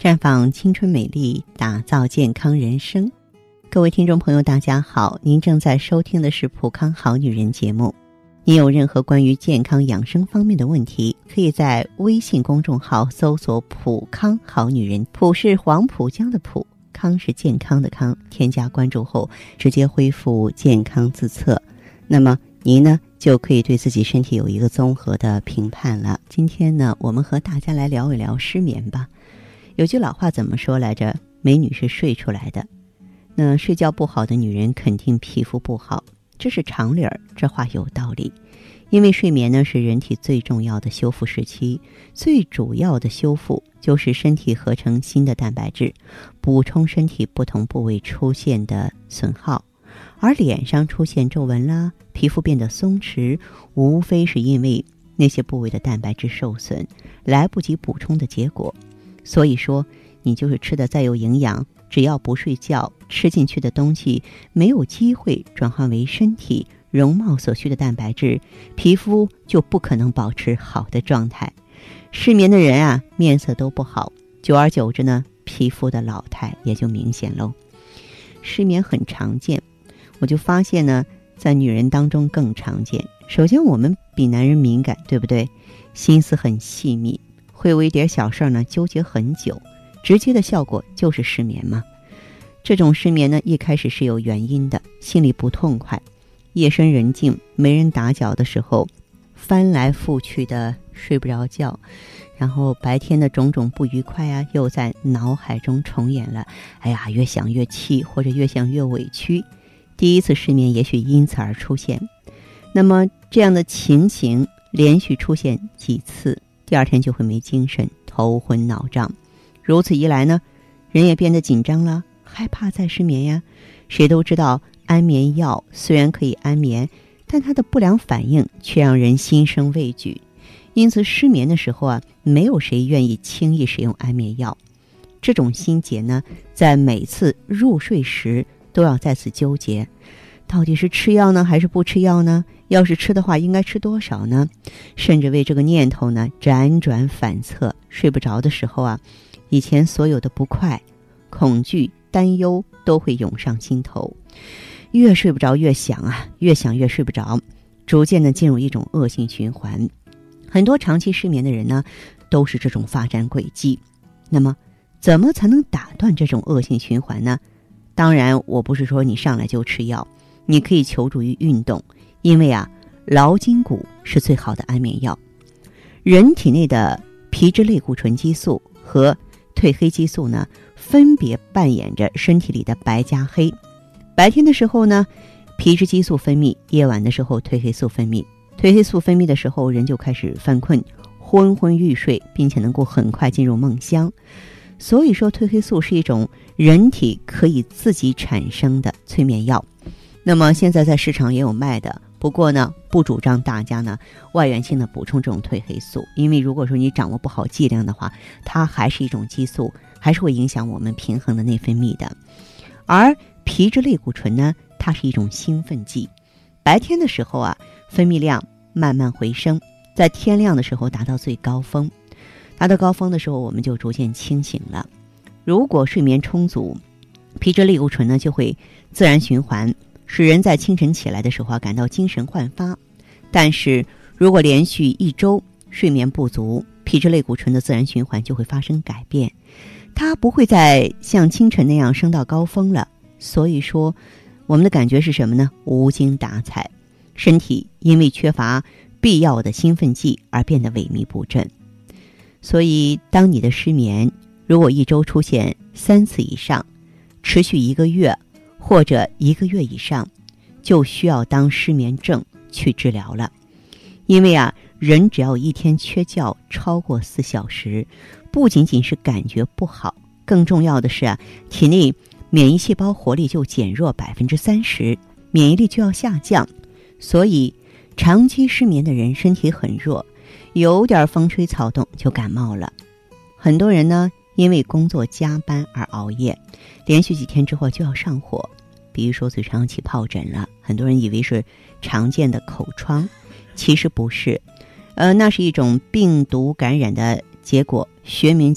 绽放青春美丽，打造健康人生。各位听众朋友大家好，您正在收听的是普康好女人节目。您有任何关于健康养生方面的问题，可以在微信公众号搜索普康好女人，普是黄浦江的浦，康是健康的康，添加关注后直接恢复健康自测。那么您呢就可以对自己身体有一个综合的评判了。今天呢我们和大家来聊一聊失眠吧。有句老话怎么说来着？美女是睡出来的。那睡觉不好的女人肯定皮肤不好，这是常理儿，这话有道理。因为睡眠呢是人体最重要的修复时期，最主要的修复就是身体合成新的蛋白质，补充身体不同部位出现的损耗。而脸上出现皱纹啦，皮肤变得松弛，无非是因为那些部位的蛋白质受损，来不及补充的结果。所以说你就是吃的再有营养，只要不睡觉，吃进去的东西没有机会转化为身体容貌所需的蛋白质，皮肤就不可能保持好的状态。失眠的人啊，面色都不好，久而久之呢，皮肤的老态也就明显喽。失眠很常见，我就发现呢，在女人当中更常见。首先我们比男人敏感，对不对？心思很细密，会为一点小事呢纠结很久，直接的效果就是失眠嘛。这种失眠呢，一开始是有原因的，心里不痛快，夜深人静没人打搅的时候，翻来覆去的睡不着觉，然后白天的种种不愉快啊，又在脑海中重演了。哎呀，越想越气，或者越想越委屈。第一次失眠也许因此而出现。那么这样的情形连续出现几次，第二天就会没精神，头昏脑胀。如此一来呢，人也变得紧张了，害怕再失眠呀。谁都知道安眠药虽然可以安眠，但它的不良反应却让人心生畏惧。因此失眠的时候啊，没有谁愿意轻易使用安眠药。这种心结呢，在每次入睡时都要再次纠结，到底是吃药呢还是不吃药呢？要是吃的话应该吃多少呢？甚至为这个念头呢辗转反侧。睡不着的时候啊，以前所有的不快、恐惧、担忧都会涌上心头，越睡不着越想啊，越想越睡不着，逐渐的进入一种恶性循环。很多长期失眠的人呢都是这种发展轨迹。那么怎么才能打断这种恶性循环呢？当然我不是说你上来就吃药，你可以求助于运动，因为啊，劳筋骨是最好的安眠药。人体内的皮质类固醇激素和褪黑激素呢，分别扮演着身体里的白加黑。白天的时候呢，皮质激素分泌，夜晚的时候褪黑素分泌。褪黑素分泌的时候，人就开始犯困，昏昏欲睡，并且能够很快进入梦乡。所以说褪黑素是一种人体可以自己产生的催眠药。那么现在在市场也有卖的，不过呢不主张大家呢外源性的补充这种褪黑素，因为如果说你掌握不好剂量的话，它还是一种激素，还是会影响我们平衡的内分泌的。而皮质类固醇呢，它是一种兴奋剂，白天的时候啊分泌量慢慢回升，在天亮的时候达到最高峰，达到高峰的时候我们就逐渐清醒了。如果睡眠充足，皮质类固醇呢就会自然循环，使人在清晨起来的时候感到精神焕发。但是如果连续1周睡眠不足，皮质类固醇的自然循环就会发生改变，它不会再像清晨那样升到高峰了。所以说我们的感觉是什么呢？无精打采，身体因为缺乏必要的兴奋剂而变得萎靡不振。所以当你的失眠如果1周出现3次以上，持续1个月或者1个月以上，就需要当失眠症去治疗了。因为啊，人只要一天缺觉超过4小时，不仅仅是感觉不好，更重要的是啊，体内免疫细胞活力就减弱30%，免疫力就要下降。所以长期失眠的人身体很弱，有点风吹草动就感冒了。很多人呢因为工作加班而熬夜，连续几天之后就要上火，比如说嘴上起疱疹了，很多人以为是常见的口疮，其实不是，那是一种病毒感染的结果，学名叫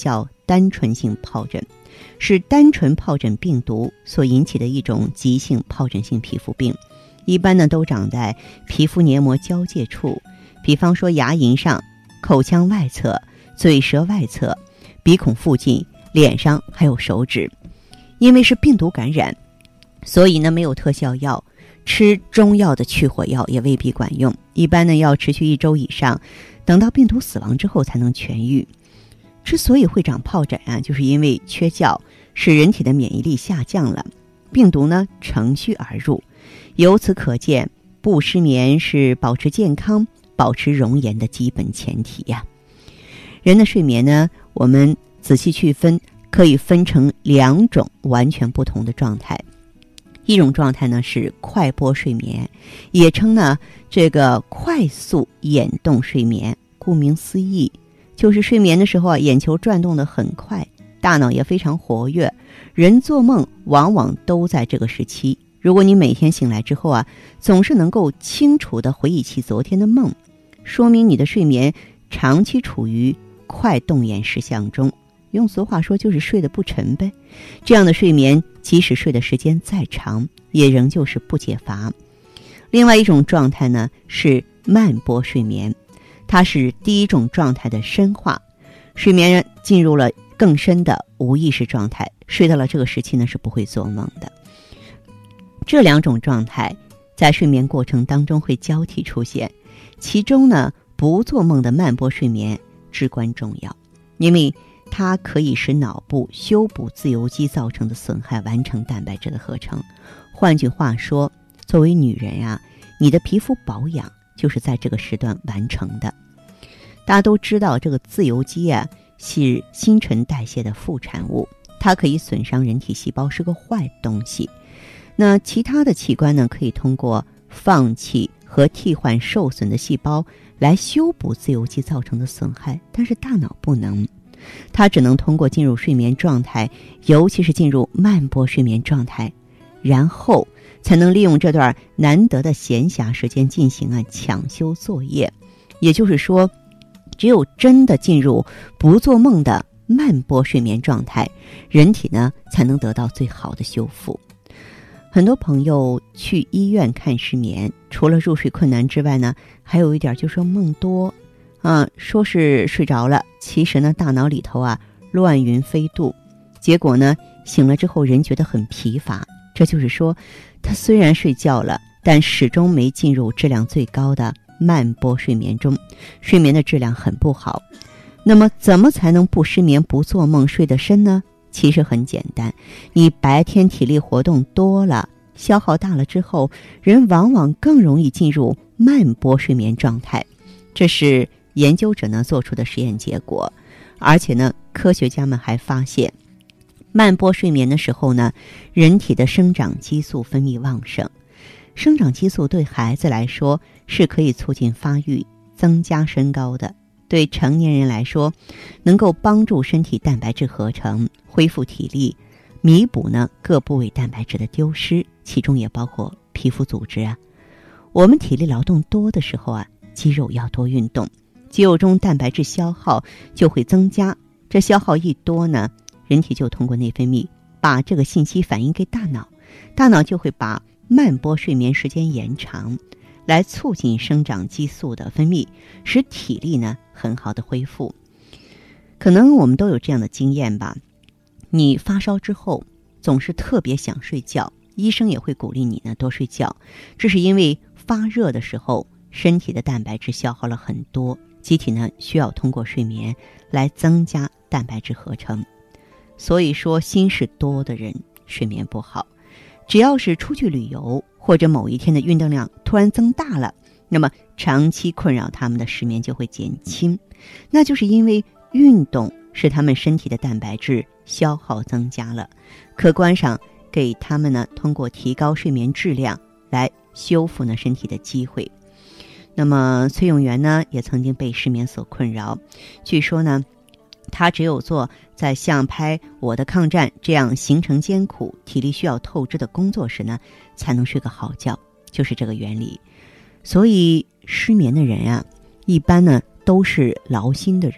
单纯性疱疹，是单纯疱疹病毒所引起的一种急性疱疹性皮肤病，一般呢都长在皮肤黏膜交界处，比方说牙龈上、口腔外侧、嘴舌外侧、鼻孔附近、脸上还有手指。因为是病毒感染，所以呢没有特效药，吃中药的去火药也未必管用，一般呢要持续1周以上，等到病毒死亡之后才能痊愈。之所以会长疱疹啊，就是因为缺觉，使人体的免疫力下降了，病毒呢乘虚而入。由此可见，不失眠是保持健康、保持容颜的基本前提呀。人的睡眠呢，我们仔细区分，可以分成2种完全不同的状态。一种状态呢是快波睡眠，也称呢这个快速眼动睡眠。顾名思义，就是睡眠的时候啊，眼球转动得很快，大脑也非常活跃，人做梦往往都在这个时期。如果你每天醒来之后啊，总是能够清楚地回忆起昨天的梦，说明你的睡眠长期处于快动眼时相中。用俗话说就是睡得不沉呗。这样的睡眠即使睡的时间再长，也仍旧是不解乏。另外一种状态呢是慢波睡眠，它是第一种状态的深化，睡眠人进入了更深的无意识状态，睡到了这个时期呢是不会做梦的。这2种状态在睡眠过程当中会交替出现，其中呢不做梦的慢波睡眠至关重要，因为它可以使脑部修补自由基造成的损害，完成蛋白质的合成。换句话说，作为女人啊，你的皮肤保养就是在这个时段完成的。大家都知道，这个自由基啊是新陈代谢的副产物，它可以损伤人体细胞，是个坏东西。那其他的器官呢，可以通过放弃和替换受损的细胞来修补自由基造成的损害，但是大脑不能，它只能通过进入睡眠状态，尤其是进入慢波睡眠状态，然后才能利用这段难得的闲暇时间进行抢修作业。也就是说，只有真的进入不做梦的慢波睡眠状态，人体呢才能得到最好的修复。很多朋友去医院看失眠，除了入睡困难之外呢，还有一点就是梦多说是睡着了，其实呢大脑里头乱云飞渡，结果呢醒了之后人觉得很疲乏。这就是说，他虽然睡觉了，但始终没进入质量最高的慢波睡眠中，睡眠的质量很不好。那么怎么才能不失眠不做梦睡得深呢？其实很简单，你白天体力活动多了，消耗大了之后，人往往更容易进入慢波睡眠状态。这是研究者呢做出的实验结果。而且呢，科学家们还发现，慢波睡眠的时候呢，人体的生长激素分泌旺盛。生长激素对孩子来说是可以促进发育、增加身高的，对成年人来说能够帮助身体蛋白质合成，恢复体力，弥补呢各部位蛋白质的丢失，其中也包括皮肤组织我们体力劳动多的时候肌肉要多运动，肌肉中蛋白质消耗就会增加，这消耗一多呢，人体就通过内分泌把这个信息反映给大脑，大脑就会把慢波睡眠时间延长，来促进生长激素的分泌，使体力呢很好的恢复。可能我们都有这样的经验吧，你发烧之后总是特别想睡觉，医生也会鼓励你呢多睡觉，这是因为发热的时候身体的蛋白质消耗了很多，机体呢需要通过睡眠来增加蛋白质合成。所以说心事多的人睡眠不好，只要是出去旅游或者某一天的运动量突然增大了，那么长期困扰他们的失眠就会减轻，那就是因为运动使他们身体的蛋白质消耗增加了，客观上给他们呢通过提高睡眠质量来修复呢身体的机会。那么崔永元呢也曾经被失眠所困扰，据说呢他只有做在像拍《我的抗战》这样行程艰苦、体力需要透支的工作时呢，才能睡个好觉，就是这个原理。所以失眠的人一般呢都是劳心的人，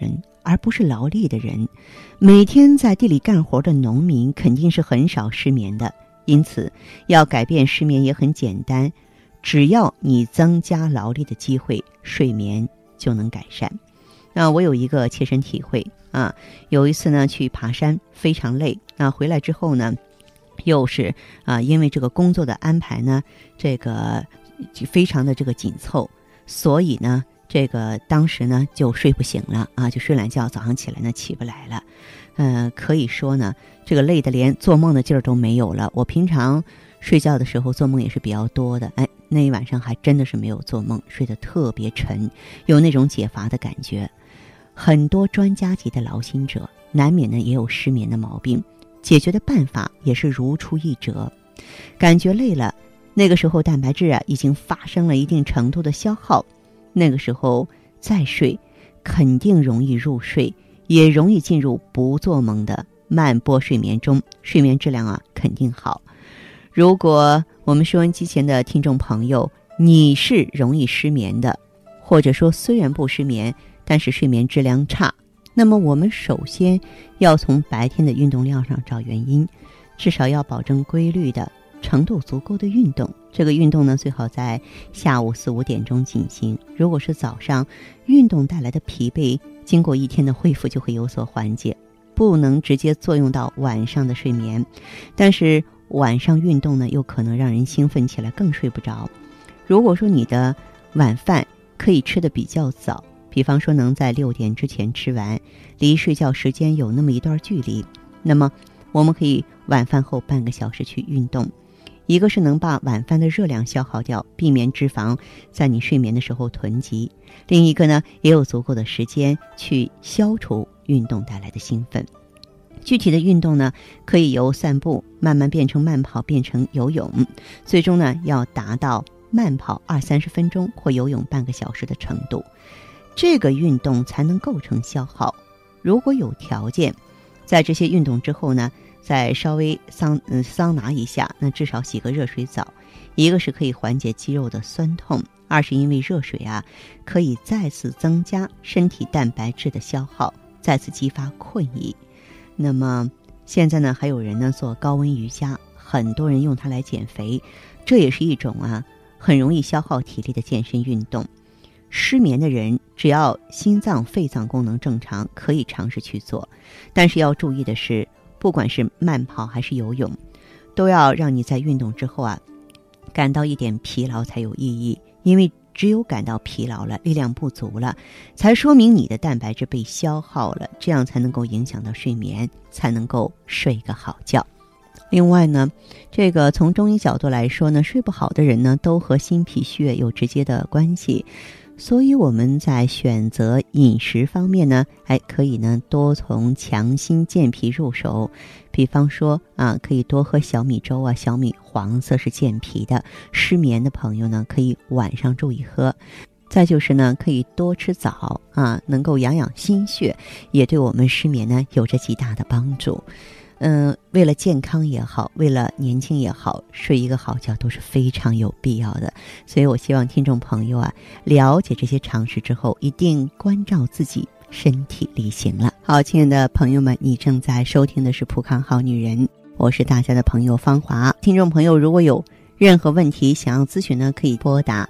而不是劳力的人。每天在地里干活的农民肯定是很少失眠的，因此要改变失眠也很简单，只要你增加劳力的机会，睡眠就能改善。那我有一个切身体会啊，有一次呢去爬山，非常累，回来之后呢，又是因为这个工作的安排呢，这个非常的这个紧凑，所以呢，这个当时呢就睡不醒了就睡懒觉，早上起来呢起不来了，可以说呢，这个累得连做梦的劲儿都没有了。我平常睡觉的时候做梦也是比较多的，那一晚上还真的是没有做梦，睡得特别沉，有那种解乏的感觉。很多专家级的劳心者难免呢也有失眠的毛病，解决的办法也是如出一辙。感觉累了，那个时候蛋白质已经发生了一定程度的消耗，那个时候再睡肯定容易入睡，也容易进入不做梦的慢波睡眠中，睡眠质量肯定好。如果我们收音机前的听众朋友，你是容易失眠的，或者说虽然不失眠，但是睡眠质量差，那么我们首先要从白天的运动量上找原因，至少要保证规律的程度足够的运动。这个运动呢，最好在下午4、5点钟进行。如果是早上，运动带来的疲惫经过一天的恢复就会有所缓解，不能直接作用到晚上的睡眠。但是晚上运动呢，又可能让人兴奋起来，更睡不着。如果说你的晚饭可以吃得比较早，比方说能在6点之前吃完，离睡觉时间有那么一段距离，那么我们可以晚饭后半个小时去运动。一个是能把晚饭的热量消耗掉，避免脂肪在你睡眠的时候囤积；另一个呢，也有足够的时间去消除运动带来的兴奋。具体的运动呢，可以由散步慢慢变成慢跑，变成游泳，最终呢要达到慢跑20-30分钟或游泳半个小时的程度，这个运动才能构成消耗。如果有条件，在这些运动之后呢，再稍微桑拿一下，那至少洗个热水澡。一个是可以缓解肌肉的酸痛，二是因为热水可以再次增加身体蛋白质的消耗，再次激发困意。那么现在呢，还有人呢做高温瑜伽，很多人用它来减肥，这也是一种很容易消耗体力的健身运动。失眠的人只要心脏肺脏功能正常，可以尝试去做，但是要注意的是，不管是慢跑还是游泳，都要让你在运动之后感到一点疲劳才有意义，因为只有感到疲劳了，力量不足了，才说明你的蛋白质被消耗了，这样才能够影响到睡眠，才能够睡个好觉。另外呢，这个从中医角度来说呢，睡不好的人呢，都和心脾虚有直接的关系。所以我们在选择饮食方面呢，可以呢多从强心健脾入手。比方说可以多喝小米粥小米黄色是健脾的，失眠的朋友呢，可以晚上注意喝。再就是呢，可以多吃枣能够养养心血，也对我们失眠呢有着极大的帮助。为了健康也好，为了年轻也好，睡一个好觉都是非常有必要的。所以我希望听众朋友了解这些常识之后，一定关照自己身体力行了。好，亲爱的朋友们，你正在收听的是普康好女人，我是大家的朋友芳华。听众朋友如果有任何问题想要咨询呢，可以拨打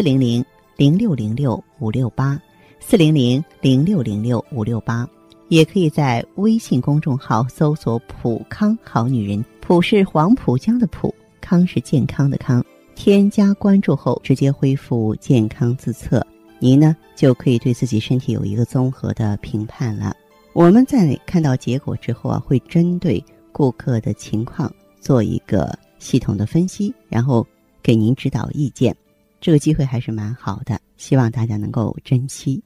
400-0606-568 400-0606-568，也可以在微信公众号搜索普康好女人，普是黄浦江的浦，康是健康的康，添加关注后直接恢复健康自测，您呢就可以对自己身体有一个综合的评判了。我们在看到结果之后会针对顾客的情况做一个系统的分析，然后给您指导意见。这个机会还是蛮好的，希望大家能够珍惜。